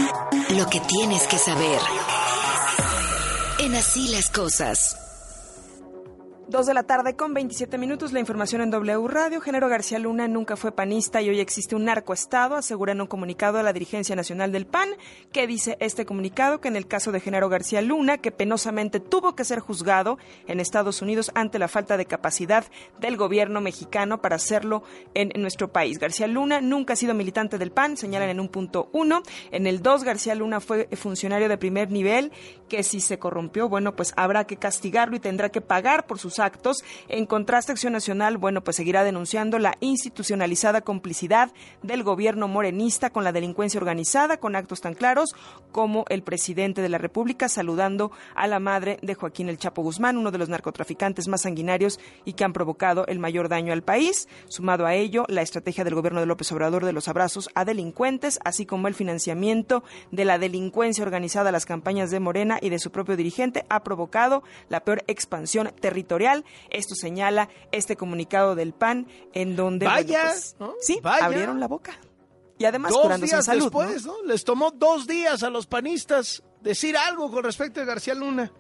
Lo que tienes que saber. En Así las Cosas. 2:27 p.m, la información en W Radio. Genaro García Luna nunca fue panista y hoy existe un narcoestado, asegura en un comunicado a la dirigencia nacional del PAN. ¿Qué dice este comunicado? Que en el caso de Genaro García Luna, que penosamente tuvo que ser juzgado en Estados Unidos ante la falta de capacidad del gobierno mexicano para hacerlo en nuestro país. García Luna nunca ha sido militante del PAN, señalan en un punto 1. En el 2, García Luna fue funcionario de primer nivel, que si se corrompió, bueno, pues habrá que castigarlo y tendrá que pagar por sus actos. En contraste, Acción Nacional, bueno, pues seguirá denunciando la institucionalizada complicidad del gobierno morenista con la delincuencia organizada, con actos tan claros como el presidente de la República saludando a la madre de Joaquín El Chapo Guzmán, uno de los narcotraficantes más sanguinarios y que han provocado el mayor daño al país. Sumado a ello, la estrategia del gobierno de López Obrador de los abrazos a delincuentes, así como el financiamiento de la delincuencia organizada a las campañas de Morena y de su propio dirigente, ha provocado la peor expansión territorial. Esto señala este comunicado del PAN, en donde abrieron la boca. Y además curándose en salud. 2 días después, ¿no? Les tomó 2 días a los panistas decir algo con respecto a García Luna.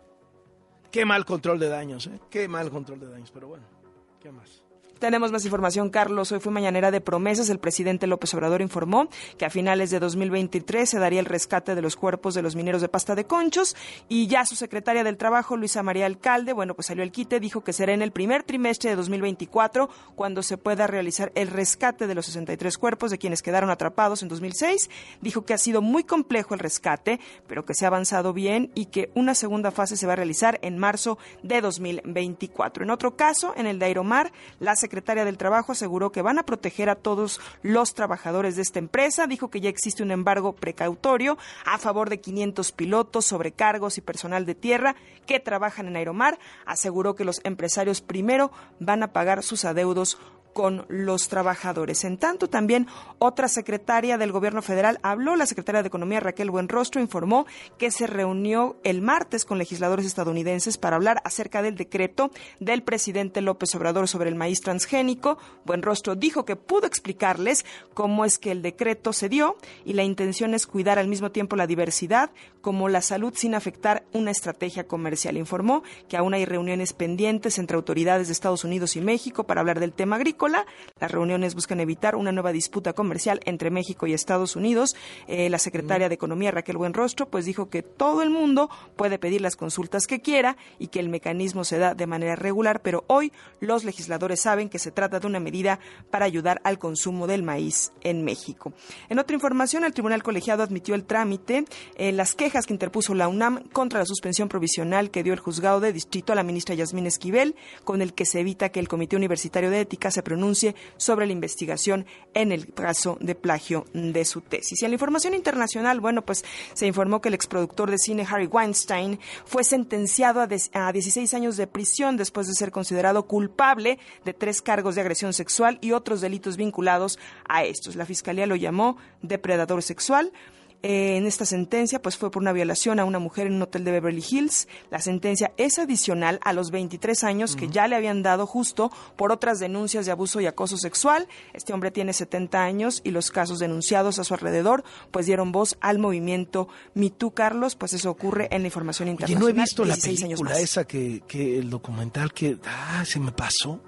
Qué mal control de daños, Qué mal control de daños, pero bueno, ¿qué más? Tenemos más información, Carlos. Hoy fue mañanera de promesas. El presidente López Obrador informó que a finales de 2023 se daría el rescate de los cuerpos de los mineros de Pasta de Conchos, y ya su secretaria del Trabajo, Luisa María Alcalde, bueno, pues salió el quite, dijo que será en el primer trimestre de 2024 cuando se pueda realizar el rescate de los 63 cuerpos de quienes quedaron atrapados en 2006. Dijo que ha sido muy complejo el rescate, pero que se ha avanzado bien y que una segunda fase se va a realizar en marzo de 2024. En otro caso, en el de Aeromar, la secretaria del Trabajo aseguró que van a proteger a todos los trabajadores de esta empresa. Dijo que ya existe un embargo precautorio a favor de 500 pilotos, sobrecargos y personal de tierra que trabajan en Aeromar. Aseguró que los empresarios primero van a pagar sus adeudos con los trabajadores. En tanto, también otra secretaria del gobierno federal habló. La secretaria de Economía, Raquel Buenrostro, informó que se reunió el martes con legisladores estadounidenses para hablar acerca del decreto del presidente López Obrador sobre el maíz transgénico. Buenrostro dijo que pudo explicarles cómo es que el decreto se dio y la intención es cuidar al mismo tiempo la diversidad como la salud sin afectar una estrategia comercial. Informó que aún hay reuniones pendientes entre autoridades de Estados Unidos y México para hablar del tema agrícola. Las reuniones buscan evitar una nueva disputa comercial entre México y Estados Unidos. La secretaria de Economía, Raquel Buenrostro, pues dijo que todo el mundo puede pedir las consultas que quiera y que el mecanismo se da de manera regular, pero hoy los legisladores saben que se trata de una medida para ayudar al consumo del maíz en México. En otra información, el Tribunal Colegiado admitió el trámite, las quejas que interpuso la UNAM contra la suspensión provisional que dio el juzgado de distrito a la ministra Yasmín Esquivel, con el que se evita que el Comité Universitario de Ética se pronuncie sobre la investigación en el caso de plagio de su tesis. Y en la información internacional, bueno, pues se informó que el exproductor de cine Harvey Weinstein fue sentenciado a 16 años de prisión después de ser considerado culpable de 3 cargos de agresión sexual y otros delitos vinculados a estos. La fiscalía lo llamó depredador sexual. En esta sentencia, pues fue por una violación a una mujer en un hotel de Beverly Hills. La sentencia es adicional a los 23 años que ya le habían dado justo por otras denuncias de abuso y acoso sexual. Este hombre tiene 70 años y los casos denunciados a su alrededor, pues dieron voz al movimiento Me Too, Carlos. Pues eso ocurre en la información internacional. Oye, no he visto la película esa que el documental que se me pasó.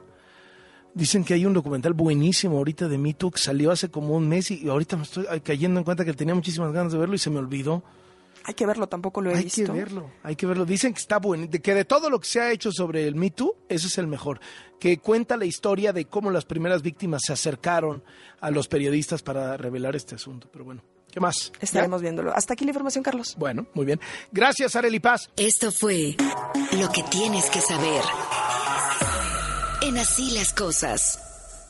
Dicen que hay un documental buenísimo ahorita de Me Too que salió hace como un mes y ahorita me estoy cayendo en cuenta que tenía muchísimas ganas de verlo y se me olvidó. Hay que verlo, tampoco lo he visto. Hay que verlo. Dicen que está bueno, que de todo lo que se ha hecho sobre el Me Too, ese es el mejor. Que cuenta la historia de cómo las primeras víctimas se acercaron a los periodistas para revelar este asunto. Pero bueno, ¿qué más? Estaremos viéndolo. Hasta aquí la información, Carlos. Bueno, muy bien. Gracias, Arely Paz. Esto fue Lo que tienes que saber. En Así las Cosas.